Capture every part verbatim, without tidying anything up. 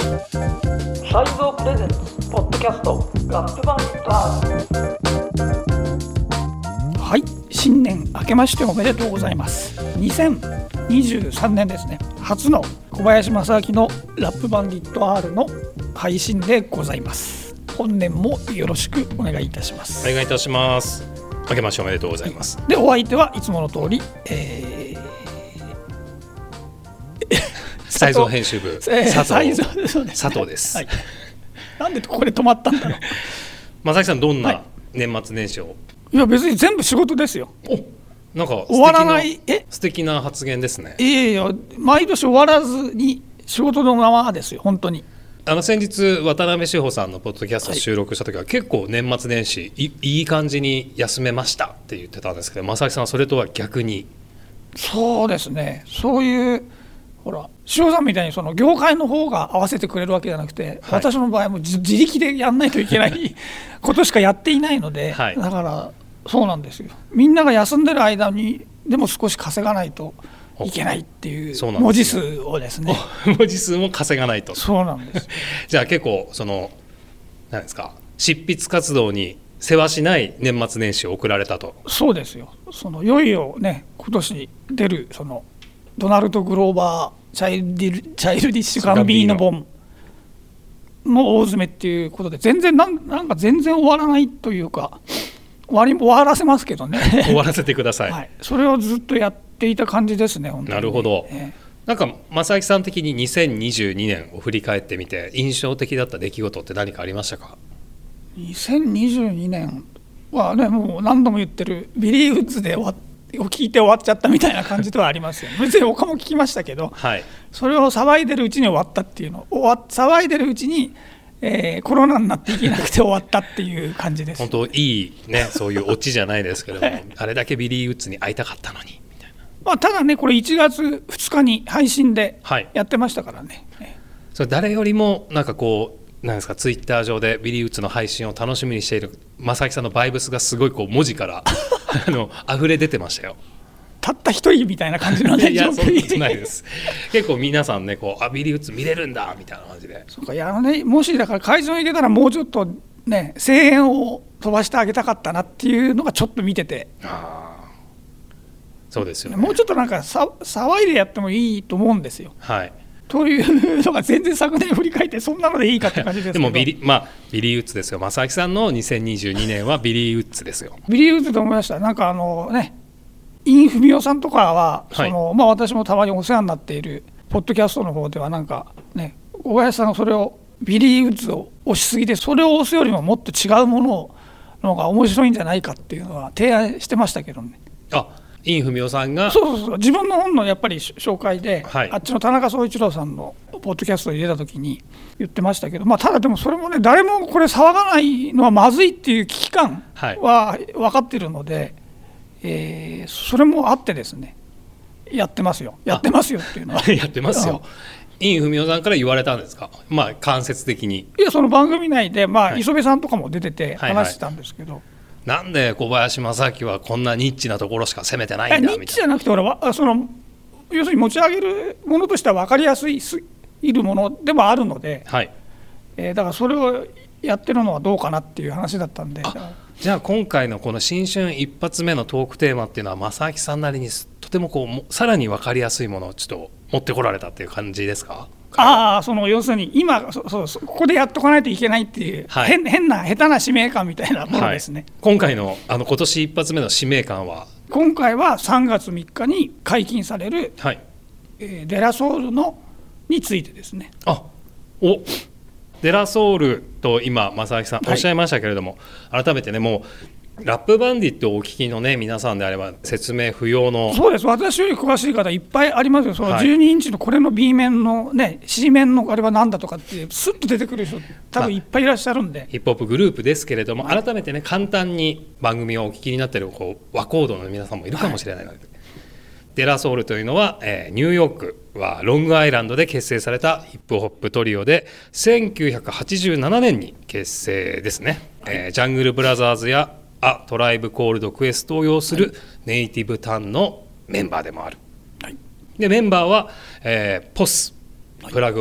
サイゾープレゼンツポッドキャストラップバンドアート。はい、新年明けましておめでとうございます。にせんにじゅうさんねんですね、初の小林正明のラップバンディット R の配信でございます。本年もよろしくお願いいたします。 お願いいたします。明けましておめでとうございます。 で、お相手はいつもの通り、えーサイゾー編集部、 えー、 佐藤、 そうですね、 佐藤です、 はい、なんでここで止まったんだろう。 正木さん、どんな年末年始を、はい、 いや別に全部仕事ですよ。 お、なんか終わらない、え素敵な発言ですね。 いやいや、毎年終わらずに仕事のままですよ、本当に。 あの先日渡辺志保さんのポッドキャスト収録した時は、はい、結構年末年始 い, いい感じに休めましたって言ってたんですけど、正木さんはそれとは逆に。 そうですね、そういうほら塩さんみたいにその業界の方が合わせてくれるわけじゃなくて、はい、私の場合も 自, 自力でやんないといけないことしかやっていないので、はい、だからそうなんですよ。みんなが休んでる間にでも少し稼がないといけないっていう文字数をですね、 文字数も稼がないと。 そうなんですじゃあ結構その何ですか、執筆活動に世話しない年末年始を送られたと。 そうですよ。そのいよいよね、今年出るそのドナルド・グローバーチャイルディ、チャイルディッシュ・ガンビーノ本の大詰めっていうことで、全然なん、なんか全然終わらないというか、終わり終わらせますけどね終わらせてください、 はい、それをずっとやっていた感じですね、本当に。 なるほど、 えー、なんか正木さん的ににせんにじゅうにねんを振り返ってみて印象的だった出来事って何かありましたか？ にせんにじゅうにねんはね、もう何度も言ってるビリー・ウッズで終わってを聞いて終わっちゃったみたいな感じではありますよね。別に他も聞きましたけど、はい、それを騒いでるうちに終わったっていうの、終わ騒いでるうちに、えー、コロナになっていけなくて終わったっていう感じです。 本当いいね、そういうオチじゃないですけども、はい、あれだけビリー・ウッズに会いたかったのにみたいな。 まあ、ただね、これいちがつふつかに配信でやってましたからね、はい、 それ誰よりもなんかこうなんですか、ツイッター上でビリー・ウッズの配信を楽しみにしている正木さんのバイブスがすごいこう文字からあの溢れ出てましたよ。 たった一人みたいな感じのね。 いや、そんなことないです。結構皆さんね、こうあビリー・ウッズ見れるんだみたいな感じで。 そうか、いや、ね、もしだから会場に行けたらもうちょっとね、声援を飛ばしてあげたかったなっていうのがちょっと見てて。 あ、そうですよね。 もうちょっとなんかさ騒いでやってもいいと思うんですよ。 はい。 というのが全然昨年振り返ってそんなのでいいかって感じですけど。 でもビリ、まあ、ビリー・ウッズですよ。正木さんのにせんにじゅうにねんはビリー・ウッズですよ。 ビリー・ウッズと思いました。なんかあのね、インフミオさんとかは、はい、そのまあ、私もたまにお世話になっているポッドキャストの方ではなんかね、小林さんがそれをビリー・ウッズを推しすぎて、それを推すよりももっと違うもののが面白いんじゃないかっていうのは提案してましたけどね。 あ、インフミオさんがそうそうそう、自分の本のやっぱり紹介で、はい、あっちの田中総一郎さんのポッドキャストに出た時に言ってましたけど、まあ、ただでもそれもね、誰もこれ騒がないのはまずいっていう危機感は分かっているので、はい、えー、それもあってですね、やってますよやってますよっていうのはやってますよ。インフミオさんから言われたんですか？まあ間接的に。 いや、その番組内で、まあ、磯部さんとかも出てて話してたんですけど、はいはいはい、 なんで小林正明はこんなニッチなところしか攻めてないんだみたいな。 ニッチじゃなくて、俺はその要するに持ち上げるものとしては分かりやすいいるものでもあるので、はい、えー、だからそれをやってるのはどうかなっていう話だったんで。 じゃあ今回のこの新春一発目のトークテーマっていうのは正明さんなりにとてもこうさらに分かりやすいものをちょっと持ってこられたっていう感じですか？ ああ、その要するに今そそうそうここでやっとかないといけないっていう、はい、変, 変な下手な使命感みたいなものですね、はい、 今回のあの今年一発目の使命感は、 今回はさんがつみっかに解禁される、はい、えー、デラソールのについてですね。 あ、おデラソールと今正明さんおっしゃいましたけれども、はい、改めてね、もうラップバンディットをお聞きのね皆さんであれば説明不要の。 そうです、私より詳しい方いっぱいありますよ。そのじゅうにインチのこれの B 面のね C 面のあれは何だとかってスッと出てくる人多分いっぱいいらっしゃるんで、まあ、 ヒップホップグループですけれども、はい、改めてね簡単に番組をお聞きになっているこう和コードの皆さんもいるかもしれないので、はい、デラソールというのは、えー、ニューヨークはロングアイランドで結成されたヒップホップトリオでせんきゅうひゃくはちじゅうななねんに結成ですね、はい、えー、ジャングルブラザーズやアトライブコールドクエストを擁するネイティブタンのメンバーでもある、はい、でメンバーは、えー、ポス、プラグワン、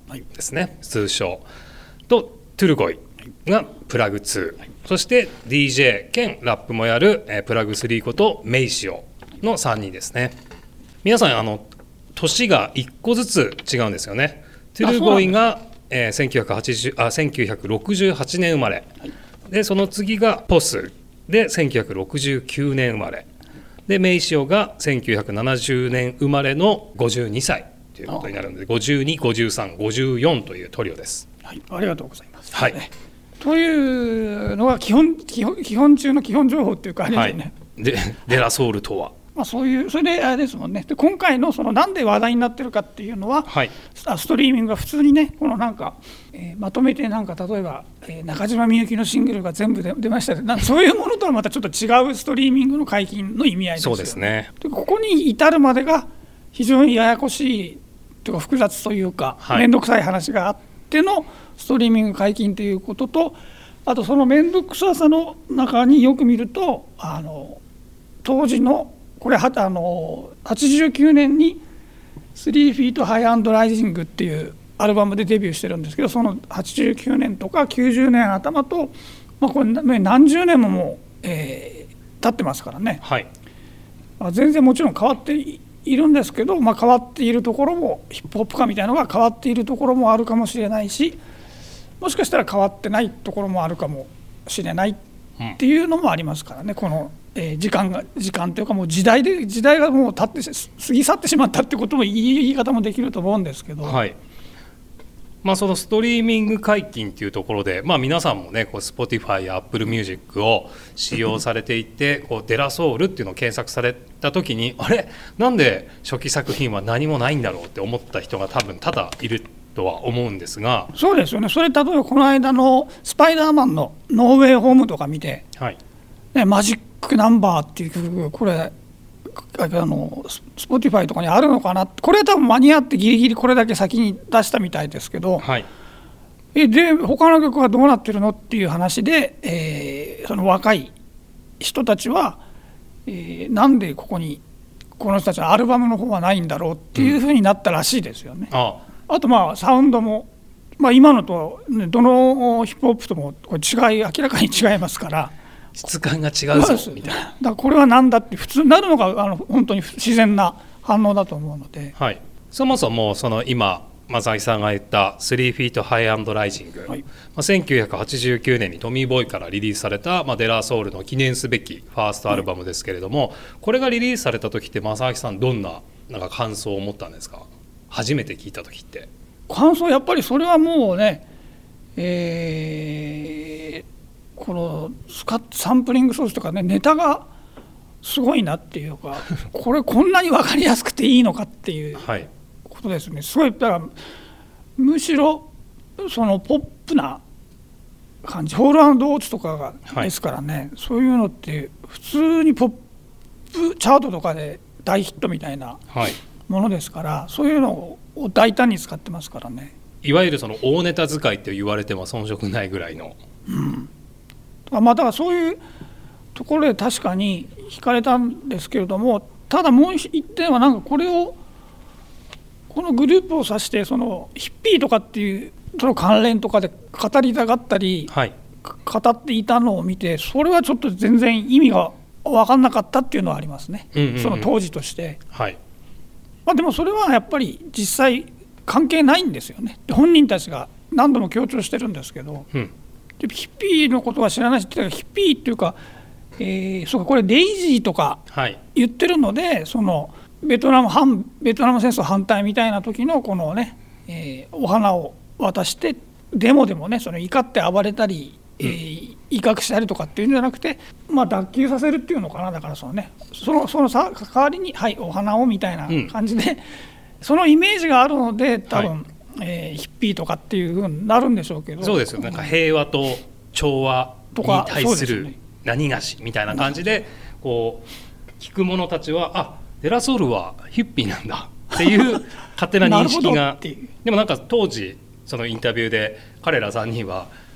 ですね、はい、通称とトゥルゴイがプラグツー、はい、そして ディージェー 兼ラップもやる、えー、プラグスリーことメイシオのさんにんですね。皆さんあの年がいっこずつ違うんですよね。トゥルゴイが、えー、せんきゅうひゃくはちじゅうあせんきゅうひゃくろくじゅうはちねん生まれ、はい、でその次がポスでせんきゅうひゃくろくじゅうきゅうねん生まれで、メイシオがせんきゅうひゃくななじゅうねん生まれのごじゅうにさいということになるので、ごじゅうに、ごじゅうさん、ごじゅうよんというトリオです。 はい、ありがとうございます。 はい、 というのが基本、基本、基本中の基本情報っていうかあれですよね。 はい、でデラソウルとは、 まあ、そういうそれであれですもんね。で今回のそのなんで話題になってるかっていうのは、はい、ストリーミングが普通にね、このなんか、えー、まとめてなんか例えば、えー、中島みゆきのシングルが全部で出ましたで、なんかそういうものとはまたちょっと違うストリーミングの解禁の意味合いですよね。 そうですね。 でここに至るまでが非常にややこしいというか複雑というか、はい、面倒くさい話があってのストリーミング解禁ということと、あとその面倒くささの中によく見ると、あの当時のこれはあのはちじゅうきゅうねんにスリーフィートハイアンドライジングっていうアルバムでデビューしてるんですけど、そのはちじゅうきゅうねんとかきゅうじゅうねん頭と、まあ、これ何十年ももう、えー、経ってますからね、はい、まあ、全然もちろん変わっているんですけど、まあ、変わっているところもヒップホップ化みたいなのが変わっているところもあるかもしれないし、もしかしたら変わってないところもあるかもしれないっていうのもありますからね、この、えー、時間が時間というかもう時代で時代がもう経って過ぎ去ってしまったってことも言い、言い方もできると思うんですけど、 はい、まあ、そのストリーミング解禁というところで、まあ、皆さんもねこう Spotify や Apple Music を使用されていてこうデラソウルっていうのを検索された時にあれなんで初期作品は何もないんだろうって思った人が多分多々いるとは思うんですが。そうですよね。 それ例えばこの間のスパイダーマンのノーウェイホームとか見て、はい、ね、マジックナンバーっていう曲、これあのスポティファイとかにあるのかな、これは多分間に合ってギリギリこれだけ先に出したみたいですけど、はい、えで他の曲はどうなってるのっていう話で、えー、その若い人たちは、えー、なんでここにこの人たちのアルバムの方はないんだろうっていうふうになったらしいですよね。うん、あ, あとまあサウンドも、まあ、今のと、ね、どのヒップホップともこれ違い明らかに違いますから、 質感が違うぞみたいな。だからこれは何だって普通になるのがあの本当に自然な反応だと思うので、 はい、そもそもその今正木さんが言ったスリーフィートハイアンドライジング、はい、まあ、せんきゅうひゃくはちじゅうきゅうねんにトミーボーイからリリースされた、まあ、デラソウルの記念すべきファーストアルバムですけれども、はい、これがリリースされた時って正木さんどんな、なんか感想を持ったんですか？初めて聞いた時って。 感想、やっぱりそれはもうね、えーこのサンプリングソースとかね、ネタがすごいなっていうかこれこんなに分かりやすくていいのかっていうことですね、はい、すごい。だからむしろそのポップな感じ、ホール&オーツとかがですからね、はい、そういうのって普通にポップチャートとかで大ヒットみたいなものですから、はい、そういうのを大胆に使ってますからね。 いわゆるその大ネタ使いって言われても遜色ないぐらいの、 うん、まあ、だからそういうところで確かに惹かれたんですけれども、ただもう一点はなんかこれをこのグループを指してそのヒッピーとかっていうその関連とかで語りたがったり、はい、語っていたのを見て、それはちょっと全然意味が分かんなかったっていうのはありますね、うんうんうん、その当時として、はい、まあ、でもそれはやっぱり実際関係ないんですよね。本人たちが何度も強調してるんですけど、うん、ヒッピーのことは知らないし、ヒッピーっていうか、えー、そうかこれデイジーとか言ってるので、はい、そのベトナム反ベトナム戦争反対みたいな時のこのね、えー、お花を渡してデモでもね、その怒って暴れたり、うん、えー、威嚇したりとかっていうんじゃなくて、まあ、脱臼させるっていうのかな。だからそのね、そのそのさ代わりにはいお花をみたいな感じで、うん、そのイメージがあるので多分、はい、えー、ヒッピーとかっていう風になるんでしょうけど。 そうですよ。なんか平和と調和に対する何がしみたいな感じでこう聞く者たちは、あ、デラソウルはヒッピーなんだっていう勝手な認識がでもなんか当時そのインタビューで彼らさんにんは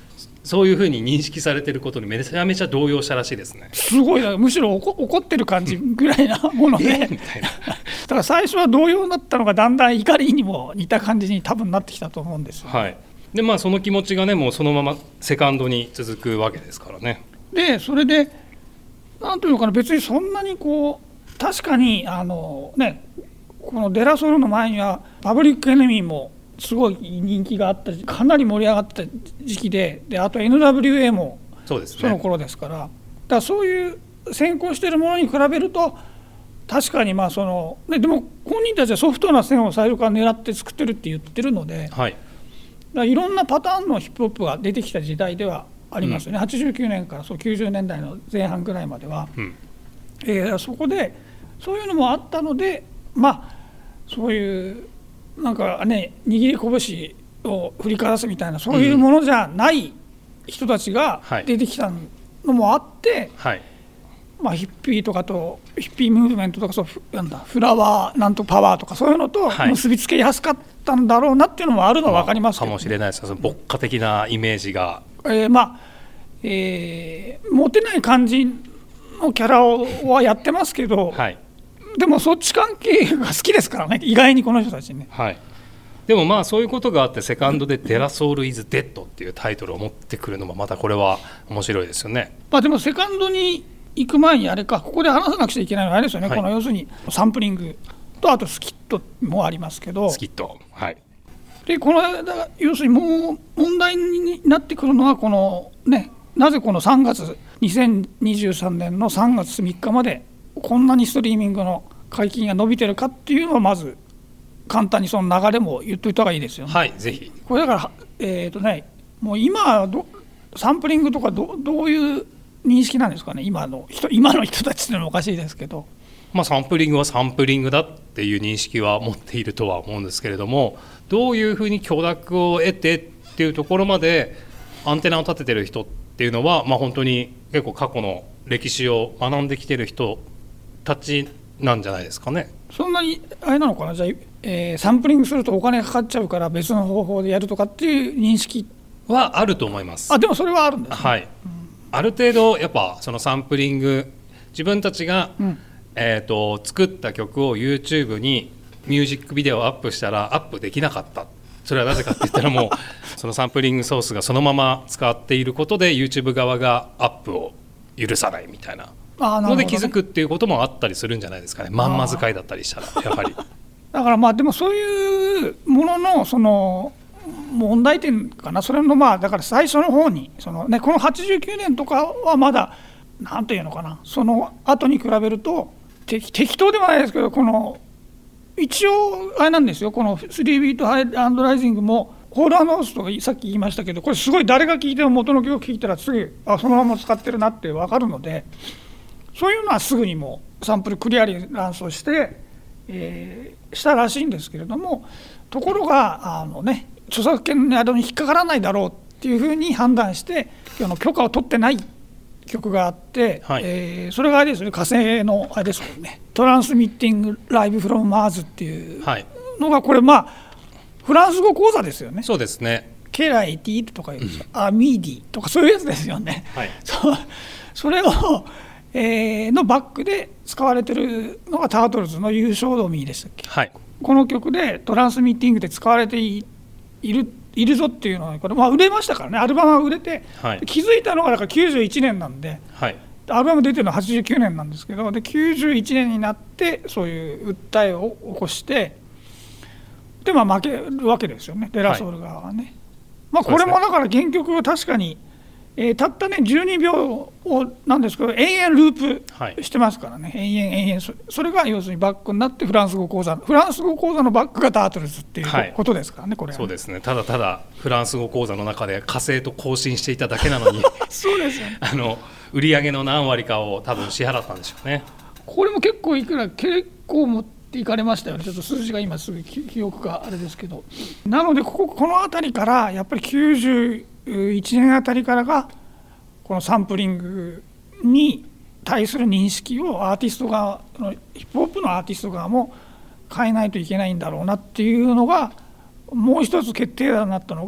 そういうふうに認識されていることにめちゃめちゃ動揺したらしいですね。 すごいな、むしろ怒怒ってる感じぐらいなもので、 えーみたいなだから最初は動揺になったのがだんだん怒りにも似た感じに多分なってきたと思うんですよ、ね。 はい、でまあその気持ちがねもうそのままセカンドに続くわけですからね。 でそれでなんというのかな、別にそんなにこう確かにあのねこのデラソールの前にはパブリックエネミーもすごい人気があったし、かなり盛り上がった時期 で, であと エヌダブリューエー もその頃ですから、だからそういう先行しているものに比べると確かにまあその、ね、でも本人たちはソフトな線を最初から狙って作ってるって言ってるので、 はい、 だからいろんなパターンのヒップホップが出てきた時代ではありますよね、うん、はちじゅうきゅうねんからそうきゅうじゅうねんだいの前半ぐらいまでは、うんえー、そこでそういうのもあったので、まあそういうなんかね握り拳を振りかざすみたいなそういうものじゃない人たちが出てきたのもあって、うんはいまあ、ヒッピーとかとヒッピームーブメントとかそうなんだフラワーなんとパワーとかそういうのと結びつけやすかったんだろうなっていうのもあるのは分かりますけど、ね、 かもしれないですけど、牧歌的なイメージが、 えー、まあ、えー、モテない感じのキャラはやってますけど、はい、でもそっち関係が好きですからね、意外にこの人たちね、 はい、でもまあそういうことがあってセカンドでデラソウルイズデッドっていうタイトルを持ってくるのもまたこれは面白いですよね。 まあ、でもセカンドに行く前にあれかここで話さなくちゃいけないのはあれですよね、はい、この要するにサンプリングとあとスキットもありますけど、 スキット、はい、 でこの間要するにもう問題になってくるのはこのねなぜこのさんがつにせんにじゅうさんねんのさんがつみっかまでこんなにストリーミングの解禁が伸びてるかっていうのはまず簡単にその流れも言っといた方がいいですよね。 はい、ぜひ。 これだから、えーとね、もう今どサンプリングとか ど, どういう認識なんですかね、今の 人, 今の人たちっていうのもおかしいですけど、 まあ、サンプリングはサンプリングだっていう認識は持っているとは思うんですけれども、どういうふうに許諾を得てっていうところまでアンテナを立ててる人っていうのは、まあ、本当に結構過去の歴史を学んできてる人たちなんじゃないですかね。 そんなにあれなのかな、じゃあ、えー、サンプリングするとお金かかっちゃうから別の方法でやるとかっていう認識はあると思います。 あ、でもそれはあるんですね。 はい、うん、ある程度やっぱそのサンプリング自分たちが、うんえー、と作った曲を YouTube にミュージックビデオをアップしたらアップできなかった。それはなぜかって言ったらもうそのサンプリングソースがそのまま使っていることで YouTube 側がアップを許さないみたいなので気づくっていうこともあったりするんじゃないですかね。まんま使いだったりしたらやはりだからまあでもそういうもののその問題点かな、それのまあだから最初の方にその、ね、このはちじゅうきゅうねんとかはまだなんていうのかな、その後に比べると適, 適当ではないですけど、この一応あれなんですよ、このスリービートハイアンドライジングもホールアノースとかさっき言いましたけど、これすごい誰が聴いても元の曲聴いたらすぐあそのまま使ってるなって分かるので、そういうのはすぐにもサンプルクリアランスをして、えー、したらしいんですけれども、ところがあの、ね、著作権の宿に引っかからないだろうっていうふうに判断してあの許可を取ってない曲があって、はいえー、それがあれですね、火星のあれですもんね、トランスミッティングライブフロムマーズっていうのが、これまあフランス語講座ですよね。 そうですね。 ケライティとか言うんですよ、うん、アミーディとかそういうやつですよね、はい、そ, それを、えー、のバックで使われてるのがタートルズの優勝ドミーでしたっけ、はい、この曲でトランスミッティングで使われて い, い, るいるぞっていうのはこれ、まあ、売れましたからね、アルバムは売れて、はい、気づいたのがだからきゅうじゅういちねんなんで、はい、アルバム出てるのははちじゅうきゅうねんなんですけど、できゅうじゅういちねんになってそういう訴えを起こしてで、まあ、負けるわけですよね、デラソウル側はね、はい、まあ、これもだから原曲は確かに、えー、たったねじゅうにびょうをなんですけど延々ループしてますからね、はい、延々延々 そ, それが要するにバックになってフランス語講座フランス語講座のバックがタートルズっていうことですからね、はい、これはね。 そうですね、ただただフランス語講座の中で火星と交信していただけなのにそうですよ、ね、 あの売り上げの何割かを多分支払ったんでしょうね。 これも結構いくら結構持っていかれましたよね。ちょっと数字が今すぐ記憶があれですけど、なのでこここの辺りからやっぱりきゅうじゅういちねんあたりからがこのサンプリングに対する認識をアーティスト側のヒップホップのアーティスト側も変えないといけないんだろうなっていうのがもう一つ決定打になったのが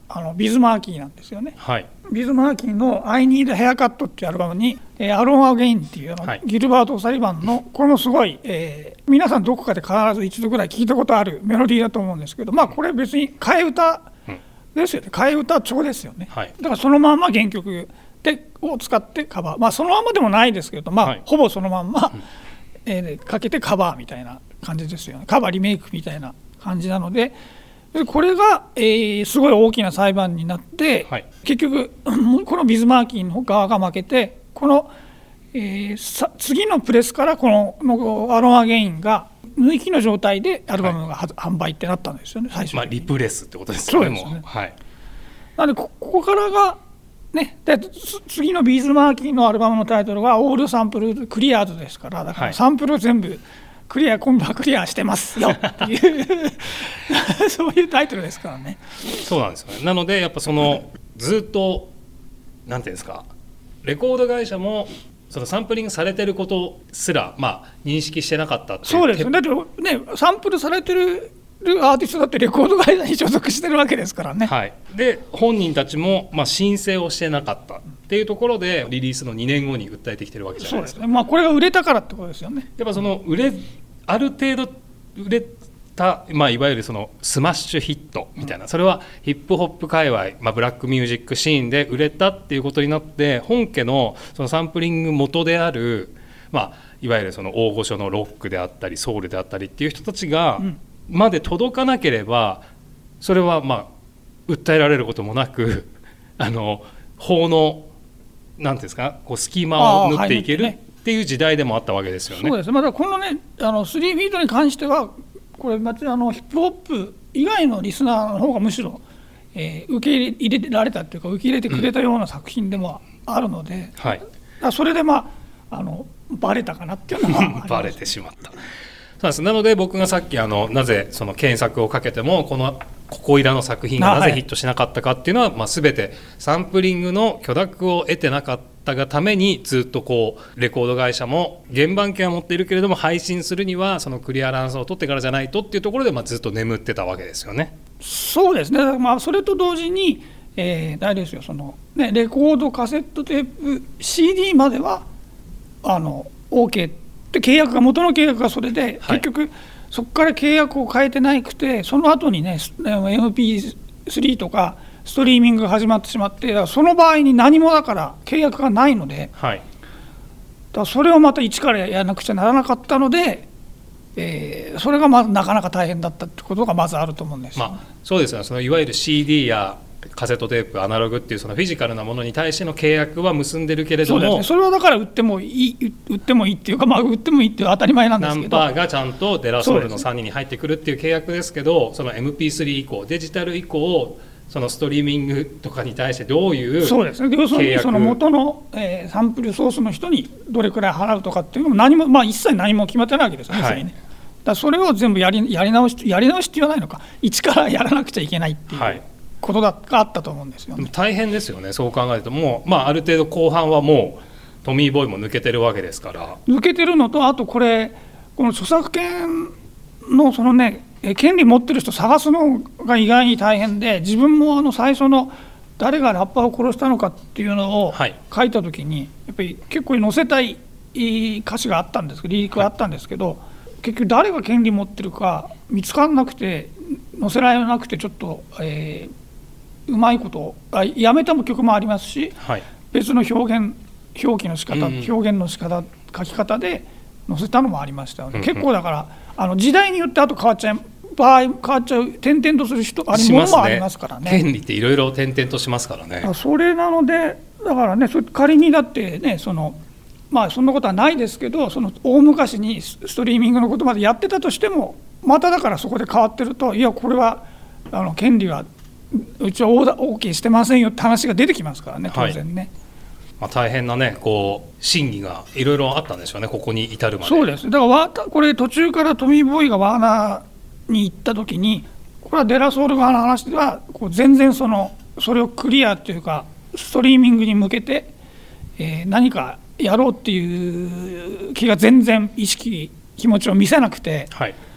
あのビズ・マーキーなんですよね。 はい、 ビズ・マーキーの I Need Haircut っていうアルバムに、えー、アロン・アゲインっていうの、はい、ギルバート・サリバンのこれもすごい、えー、皆さんどこかで必ず一度ぐらい聞いたことあるメロディーだと思うんですけど、まあこれ別に替え歌ですよね、替え歌調ですよね、はい、だからそのまんま原曲でを使ってカバー、まあそのまんまでもないですけど、まあ、はい、ほぼそのまんま、うん、えー、かけてカバーみたいな感じですよね。カバーリメイクみたいな感じなので、でこれが、えー、すごい大きな裁判になって、はい、結局このビズマーキーの側が負けて、この、えー、さ次のプレスからこののアロン・アゲインが抜きの状態でアルバムが、はい、販売ってなったんですよね、最初に。まあ、 リプレスってことですよね。そうですね、はい、 なので こ, ここからがね、で次のビズマーキーのアルバムのタイトルがオールサンプルクリアーズですから、だからサンプル全部クリア、今度はクリアしてますよっていうそういうタイトルですからね。 そうなんですよね。なのでやっぱそのずっとなんていうんですか、レコード会社もそのサンプリングされてることすら、まあ、認識してなかったっていう。 そうですね。だってね、サンプルされてるアーティストだってレコード会社に所属してるわけですからね。 はい、で本人たちも、まあ、申請をしてなかったっていうところでリリースのにねんごに訴えてきてるわけじゃないですか。 そうですね、まあ、これが売れたからってことですよね。 やっぱその売れある程度売れた、まあ、いわゆるそのスマッシュヒットみたいな、うん、それはヒップホップ界隈、まあ、ブラックミュージックシーンで売れたっていうことになって、本家のそのサンプリング元である、まあ、いわゆるその大御所のロックであったりソウルであったりっていう人たちが、うん、まで届かなければそれはまあ訴えられることもなくあの法のなんていうんですか、こう隙間を縫っていけるっていう時代でもあったわけですよね。 そうです。またこのね、あのスリーフィートに関してはこれあのヒップホップ以外のリスナーの方がむしろ、えー、受け入れられたというか受け入れてくれたような作品でもあるので、うんはい、それでまああのバレたかなっていうのはバレてしまった。そうです。なので僕がさっきあのなぜその検索をかけてもこのここいらの作品がなぜヒットしなかったかっていうのは、まあ、全てサンプリングの許諾を得てなかったがために、ずっとこうレコード会社も原版権は持っているけれども配信するにはそのクリアランスを取ってからじゃないとっていうところで、まあずっと眠ってたわけですよね。 そうですね、まあ、それと同時に、えー、あれですよ、その、ね、レコードカセットテープ シーディー まではあの OK って契約が元の契約がそれで、はい、結局そこから契約を変えてなくて、その後にね エムピースリー とかストリーミングが始まってしまって、だからその場合に何もだから契約がないので、はい、だからそれをまた一からやらなくちゃならなかったので、えー、それがまずなかなか大変だったってことがまずあると思うんですよ、ね。 まあ、そうですよね。そのいわゆる シーディー やカセットテープ、アナログっていうそのフィジカルなものに対しての契約は結んでるけれども、 そうですね、それはだから売ってもいい、売ってもいいっていうか、まあ、売ってもいいっていう当たり前なんですけど、 ナンバーがちゃんとデラソールのさんにんに入ってくるっていう契約ですけど、その エムピースリー 以降デジタル以降そのストリーミングとかに対してどういう契約、 そうですね、要するにその元の、えー、サンプルソースの人にどれくらい払うとかっていうのも何も、まあ、一切何も決まってないわけですよね、はい、ね、だそれを全部やり、やり直しやり直しって言わないのか、一からやらなくちゃいけないっていう、はいことがあったと思うんですよね。 大変ですよね、そう考えると。もう、まあ、ある程度後半はもうトミーボーイも抜けてるわけですから。 抜けてるのと、あとこれこの著作権のそのね権利持ってる人探すのが意外に大変で、自分もあの最初の誰がラッパーを殺したのかっていうのを書いた時に、はい、やっぱり結構載せたい歌詞があったんですけど、リリックがあったんですけど、はい、結局誰が権利持ってるか見つからなくて載せられなくて、ちょっと、えーうまいことあやめた曲もありますし、はい、別の表現表記の仕方、うんうん、表現の仕方書き方で載せたのもありましたので、うんうん、結構だからあの時代によってあと変わっちゃう場合変わっちゃう転々とする人ありものもありますからね。 権利っていろいろ転々としますからね。 それなのでだからね、それ仮にだってね、そのまあそんなことはないですけど、その大昔にストリーミングのことまでやってたとしても、まただからそこで変わってると、いやこれはあの権利はうちは OK してませんよって話が出てきますからね、当然ね、はい、 まあ、大変なねこう審議がいろいろあったんでしょうね、ここに至るまで。 そうです。だからこれ途中からトミーボーイがワーナーに行った時に、これはデラソール側の話ではこう全然そのそれをクリアというかストリーミングに向けて、えー、何かやろうっていう気が全然意識気持ちを見せなくて、はい、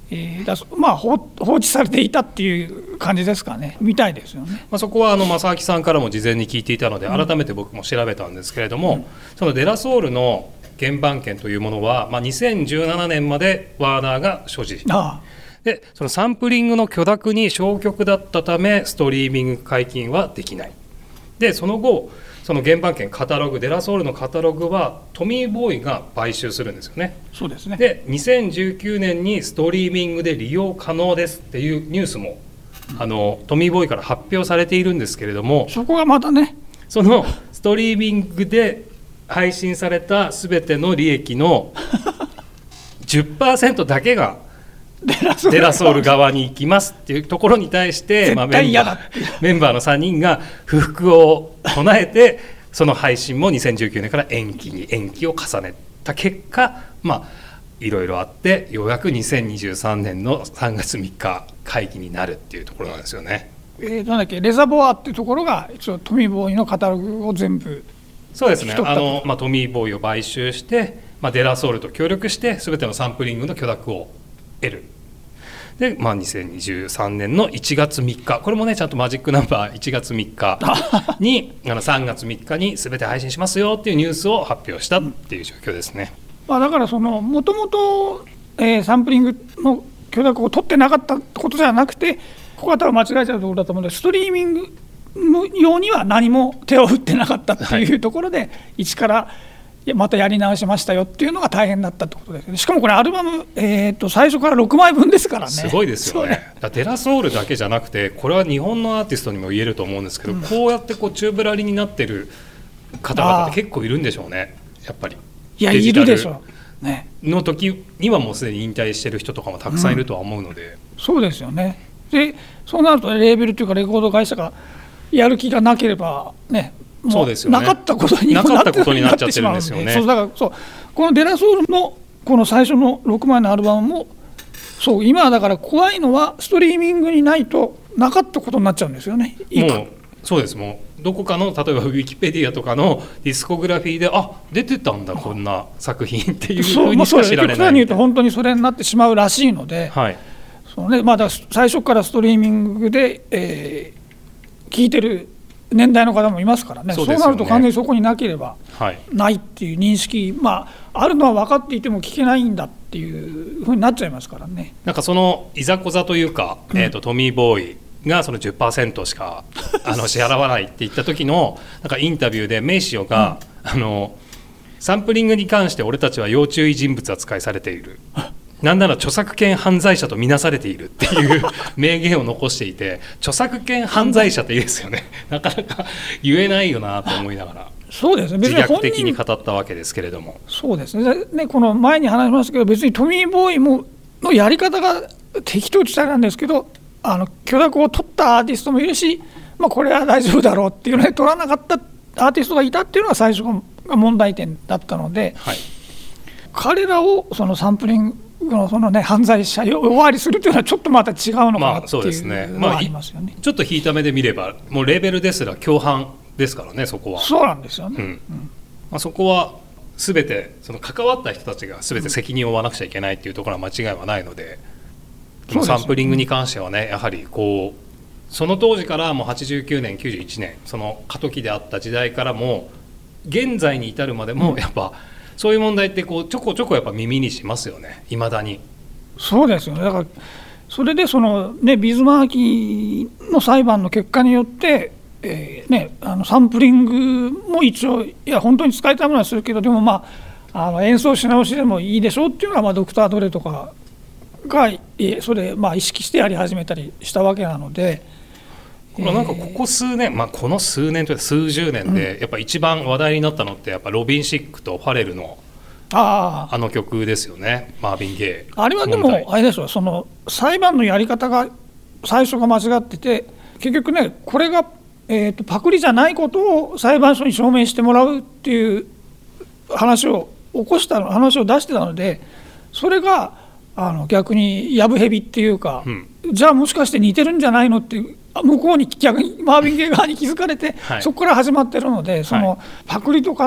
えー、だまあ、放置されていたっていう感じですかね、みたいですよね。 まあ、そこはあの正明さんからも事前に聞いていたので、改めて僕も調べたんですけれども、うん、そのデラソールの原版権というものは、まあ、にせんじゅうななねんまでワーナーが所持、ああでそのサンプリングの許諾に消極だったためストリーミング解禁はできない。でその後その原版権カタログデラソールのカタログはトミーボーイが買収するんですよね。 そうですね。 でにせんじゅうきゅうねんにストリーミングで利用可能ですっていうニュースも、うん、あのトミーボーイから発表されているんですけれども、 そこがまたねそのストリーミングで配信されたすべての利益の じゅっパーセント だけがデラソール側に行きますっていうところに対して、まあ、メンバー、メンバーのさんにんが不服を唱えてその配信もにせんじゅうきゅうねんから延期に延期を重ねた結果、まあ、いろいろあってようやくにせんにじゅうさんねんのさんがつみっか解禁になるっていうところなんですよね。 えー、なんだっけレザボアっていうところが一応トミーボーイのカタログを全部そうですねあの、まあ、トミーボーイを買収して、まあ、デラソールと協力して全てのサンプリングの許諾を得る。で、まあ、にせんにじゅうさんねんのいちがつみっかこれもねちゃんとマジックナンバーいちがつみっかにあのさんがつみっかに全て配信しますよっていうニュースを発表したっていう状況ですね。 まあ、だからそのもともとサンプリングの許諾を取ってなかったことではなくてここは多分間違えちゃうところだと思うのでストリーミングのようには何も手を打ってなかったっていうところで、はい、一からまたやり直しましたよっていうのが大変だったってことですね。しかもこれアルバム、えー、と最初からろくまいぶんですからね。 すごいですよね。だデラソールだけじゃなくてこれは日本のアーティストにも言えると思うんですけど、うん、こうやってこう宙ぶらりになってる方々って結構いるんでしょうね。やっぱりいやいるでしょう、ね、 の時にはもうすでに引退してる人とかもたくさんいるとは思うので、 うん、そうですよね。でそうなるとレーベルというかレコード会社がやる気がなければねもうなかったことになっちゃってるんですよね。そうだからそうこのデラソールのこの最初のろくまいのアルバムもそう今はだから怖いのはストリーミングにないとなかったことになっちゃうんですよね。いいもうそうですもうどこかの例えばウィキペディアとかのディスコグラフィーであ出てたんだこんな作品っていうふうにしか知られない。 極端に言うと本当にそれになってしまうらしいので、はいそうねまあ、だ最初からストリーミングで、えー、聞いてる年代の方もいますからね。そうですよね。そうなると完全にそこになければないっていう認識、はい、まあ、あるのは分かっていても聞けないんだっていうふうになっちゃいますからね。 なんかそのいざこざというか、うんえー、とトミーボーイがその じゅっパーセント しかあの支払わないって言った時のなんかインタビューでメイシオが、うん、あのサンプリングに関して俺たちは要注意人物扱いされているなんなら著作権犯罪者とみなされているっていう名言を残していて著作権犯罪者っていいですよねなかなか言えないよなと思いながらそうです、ね、 自虐的に語ったわけですけれどもそうです ね, ねこの前に話しましたけど別にトミーボーイものやり方が適当地帯なんですけどあの許諾を取ったアーティストもいるし、まあ、これは大丈夫だろうっていうので取らなかったアーティストがいたっていうのが最初が問題点だったので、はい、彼らをそのサンプリングそのね、犯罪者を終わりするというのはちょっとまた違うのかなっていうのはありますよね。 ちょっと引いた目で見ればもうレーベルですら共犯ですからねそこは。 そうなんですよね、うんうんまあ、そこは全てその関わった人たちが全て責任を負わなくちゃいけないっていうところは間違いはないので、うん、サンプリングに関してはねやはりこうその当時からもうはちじゅうきゅうねんきゅうじゅういちねんその過渡期であった時代からも現在に至るまでもやっぱ、うんそういう問題ってこうちょこちょこやっぱ耳にしますよね、いまだに。 そうですよね。だからそれでその、ね、ビズマーキーの裁判の結果によって、えーね、あのサンプリングも一応いや本当に使いたいものはするけどでも、まあ、あの演奏し直しでもいいでしょうっていうのは、まあ、ドクター・ドレとかがそれ、まあ、意識してやり始めたりしたわけなので。 なんかここ数年、まあ、この数年というか数十年でやっぱ一番話題になったのってやっぱロビン・シックとファレルの あ, あの曲ですよね、マーヴィン・ゲイ。 あれはでもあれですよその裁判のやり方が最初が間違ってて結局ねこれが、えーと、パクリじゃないことを裁判所に証明してもらうっていう話を起こしたの話を出してたのでそれがあの逆にやぶへびっていうか、うん、じゃあもしかして似てるんじゃないのっていう向こうに逆にマーヴィン・ゲイ側に気づかれて、はい、そこから始まってるのでその、はい、パクリとか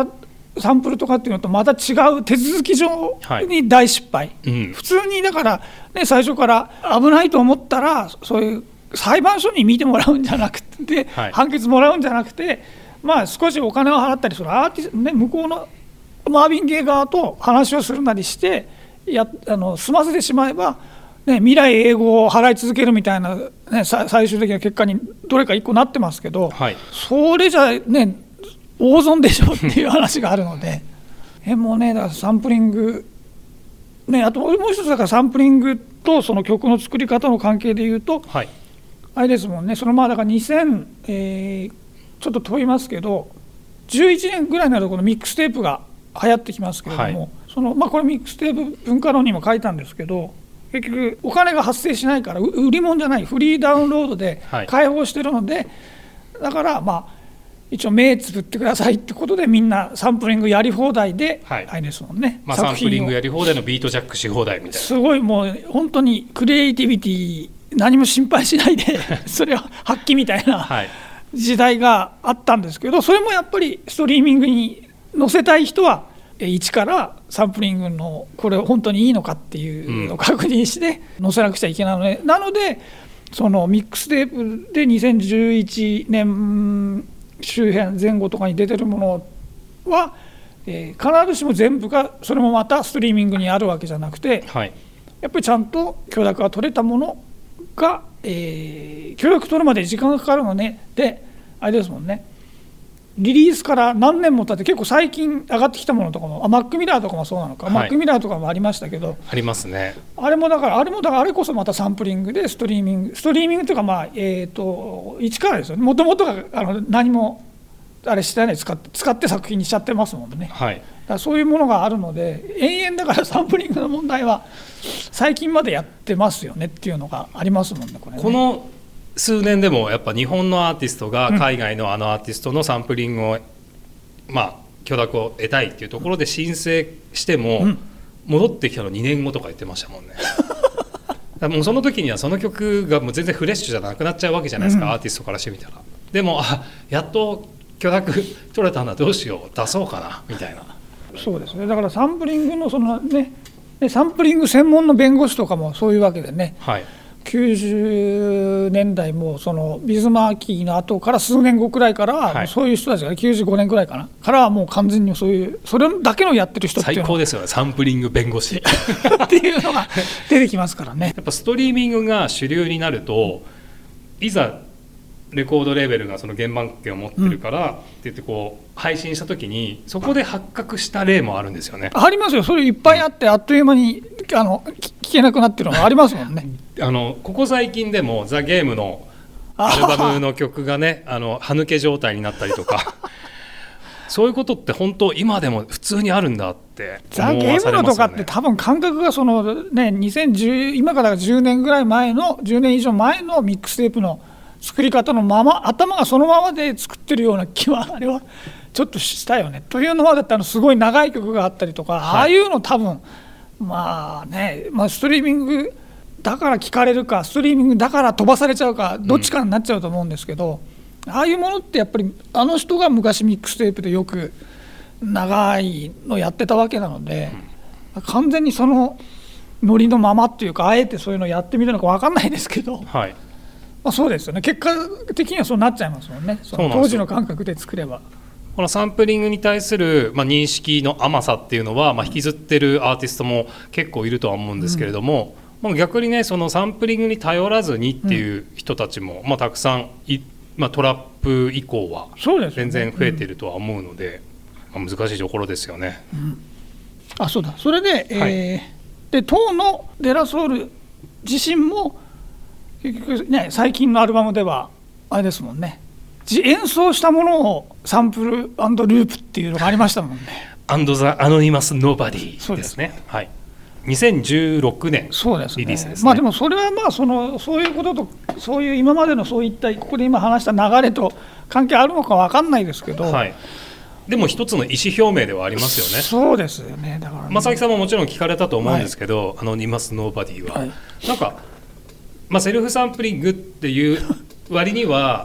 サンプルとかっていうのとまた違う手続き上に大失敗、はいうん、普通にだから、ね、最初から危ないと思ったらそういう裁判所に見てもらうんじゃなくて、はい、判決もらうんじゃなくて、まあ、少しお金を払ったりするアーティスト、ね、向こうのマーヴィン・ゲイ側と話をするなりしてやあの済ませてしまえば、ね、未来永劫を払い続けるみたいな、ね、最終的な結果にどれかいっこなってますけど、はい、それじゃね大損でしょっていう話があるのでえもうねだからサンプリング、ね、あともう一つだからサンプリングとその曲の作り方の関係でいうと、はい、あれですもんねそのまあだからにせん、えー、ちょっと問いますけどじゅういちねんぐらいになるとこのミックステープが流行ってきますけれども、はいそのまあ、これミックステープ文化論にも書いたんですけど結局お金が発生しないから売り物じゃないフリーダウンロードで開放してるので、はい、だからまあ一応目つぶってくださいってことでみんなサンプリングやり放題で、はい、あれですもんね、 まあ、サンプリングやり放題のビートジャックし放題みたいなすごいもう本当にクリエイティビティ何も心配しないでそれを発揮みたいな時代があったんですけどそれもやっぱりストリーミングに載せたい人は一からサンプリングのこれ本当にいいのかっていうのを確認して載せなくちゃいけないので、うん、なのでそのミックステープでにせんじゅういちねん周辺前後とかに出てるものは、えー、必ずしも全部がそれもまたストリーミングにあるわけじゃなくて、はい、やっぱりちゃんと許諾が取れたものが、えー、許諾取るまで時間がかかるのねであれですもんねリリースから何年も経って結構最近上がってきたものとかもあマックミラーとかもそうなのか、はい、マックミラーとかもありましたけどありますねあれもだからあれもだからあれこそまたサンプリングでストリーミングストリーミングというかまあえっと一からですよねもともとがあの何もあれしてない使って使って作品にしちゃってますもんね、はい、だからそういうものがあるので延々だからサンプリングの問題は最近までやってますよねっていうのがありますもんねこれねこの数年でもやっぱ日本のアーティストが海外のあのアーティストのサンプリングを、うん、まあ許諾を得たいっていうところで申請しても戻ってきたのにねんごとか言ってましたもんねだもうその時にはその曲がもう全然フレッシュじゃなくなっちゃうわけじゃないですか、うん、アーティストからしてみたらでもあやっと許諾取れたんだどうしよう出そうかなみたいなそうですねだからサンプリングのそのねサンプリング専門の弁護士とかもそういうわけでね、はいきゅうじゅうねんだいもそのビズマーキーの後から数年後くらいから、はい、そういう人たちがきゅうじゅうごねんくらいかなからはもう完全にそういうそれだけのやってる人っていうの最高ですよねサンプリング弁護士っていうのが出てきますからねやっぱストリーミングが主流になるといざレコードレーベルがその原版権を持ってるから、うん、って言ってこう配信した時にそこで発覚した例もあるんですよねありますよそれいっぱいあって、うん、あっという間にあの聞けなくなってるのがありますもんねあのここ最近でもザ・ゲームのアルバムの曲がねあの歯抜け状態になったりとかそういうことって本当今でも普通にあるんだって思わされますよね。 ザ・ゲームのとかって多分感覚がその、ね、にせんじゅう今からじゅうねんぐらい前のじゅうねん以上前のミックステープの作り方のまま頭がそのままで作ってるような気はあれはちょっとしたよねというのはだってあのすごい長い曲があったりとか、はい、ああいうの多分まあね、まあ、ストリーミングだから聞かれるかストリーミングだから飛ばされちゃうかどっちかになっちゃうと思うんですけど、うん、ああいうものってやっぱりあの人が昔ミックステープでよく長いのやってたわけなので、うん、完全にそのノリのままっていうかあえてそういうのやってみるのか分かんないですけど、はいまあ、そうですよね結果的にはそうなっちゃいますもんねその当時の感覚で作ればこのサンプリングに対する、まあ、認識の甘さっていうのは、まあ、引きずってるアーティストも結構いるとは思うんですけれども、うんまあ、逆にねそのサンプリングに頼らずにっていう人たちも、うんまあ、たくさんい、まあ、トラップ以降は全然増えているとは思うので、うんまあ、難しいところですよね、うん、 あそうだそれで、はいえー、で当のデラソウル自身も結局ね最近のアルバムではあれですもんね演奏したものをサンプル&ループっていうのがありましたもんねアンドザ・アノニマス・ノーバディですねはいにせんじゅうろくねんリリースですね。 まあでもそれはまあそのそういうこととそういう今までのそういったここで今話した流れと関係あるのか分かんないですけど、はい、 でも一つの意思表明ではありますよね。 そうですよね。だからね正木さんももちろん聞かれたと思うんですけど、はい、アノニマス・ノーバディは、はい、なんか、まあ、セルフサンプリングっていう割には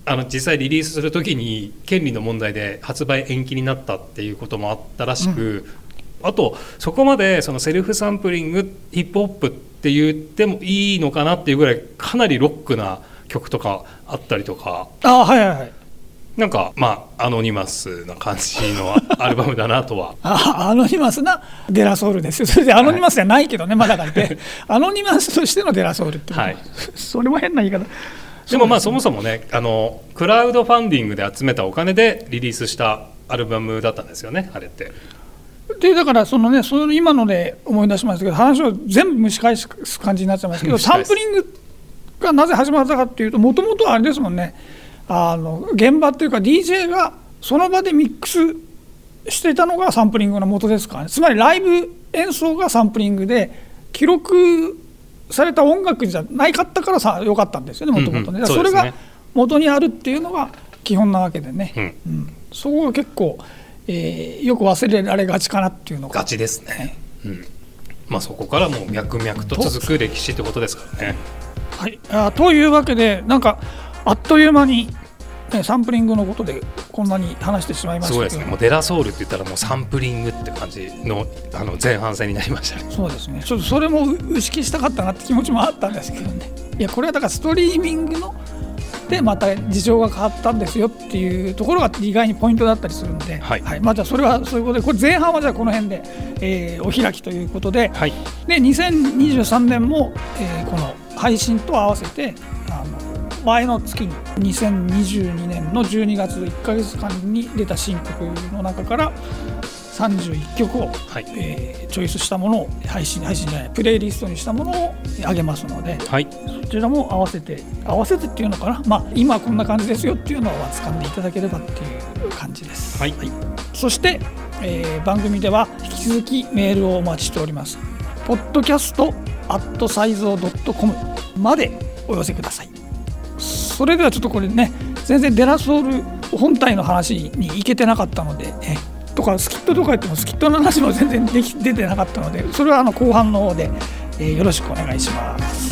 あの実際リリースするときに権利の問題で発売延期になったっていうこともあったらしく、うん、あとそこまでそのセルフサンプリングヒップホップって言ってもいいのかなっていうぐらいかなりロックな曲とかあったりとか、 あ、はいはいはい、 なんかまあアノニマスな感じのアルバムだなとはあアノニマスなデラソウルですよ。それでアノニマスじゃないけどね、はい、まだからってアノニマスとしてのデラソウルってこと、はい、それも変な言い方でもまあそもそもね、あのクラウドファンディングで集めたお金でリリースしたアルバムだったんですよね、あれって。 でだからそのね、その今ので思い出しましたけど、話を全部蒸し返す感じになっちゃいますけど、サンプリングがなぜ始まったかっていうと、もともとはあれですもんね、あの現場っていうか ディージェー がその場でミックスしていたのがサンプリングの元ですからね。つまりライブ演奏がサンプリングで記録された音楽じゃないかったからさ良かったんですよね、もともとね。それが元にあるっていうのが基本なわけでね、うんうん、そこが結構、えー、よく忘れられがちかなっていうのがガチですね、うん、まあ、そこからもう脈々と続く歴史ってことですからね。 はい、あというわけでなんかあっという間に、ね、サンプリングのことでこんなに話してしまいましたけど、 すごいですね。もうデラソウルって言ったらもうサンプリングって感じ の, あの前半戦になりましたね。 そうですね、ちょっとそれも意識したかったなって気持ちもあったんですけどね。いやこれはだからストリーミングのでまた事情が変わったんですよっていうところが意外にポイントだったりするので、はいはい、まあ、じゃあそれはそういうことで、これ前半はじゃあこの辺で、えー、お開きということで、はい、でにせんにじゅうさんねんも、えー、この配信と合わせてあの前の月ににせんにじゅうにねんのじゅうにがついっかげつかんに出た新曲の中からさんじゅういっきょくを、はい、えー、チョイスしたものを配信配信じゃないプレイリストにしたものを上げますので、はい、そちらも合わせて合わせてっていうのかな、まあ、今こんな感じですよっていうのを掴んでいただければっていう感じです、はいはい、そして、えー、番組では引き続きメールをお待ちしております。ポッドキャストアットサイゾードットコム までお寄せください。それではちょっとこれね、全然デラソウル本体の話に行けてなかったので、ね、とかスキットとか言ってもスキットの話も全然でき出てなかったので、それはあの後半の方で、えー、よろしくお願いします。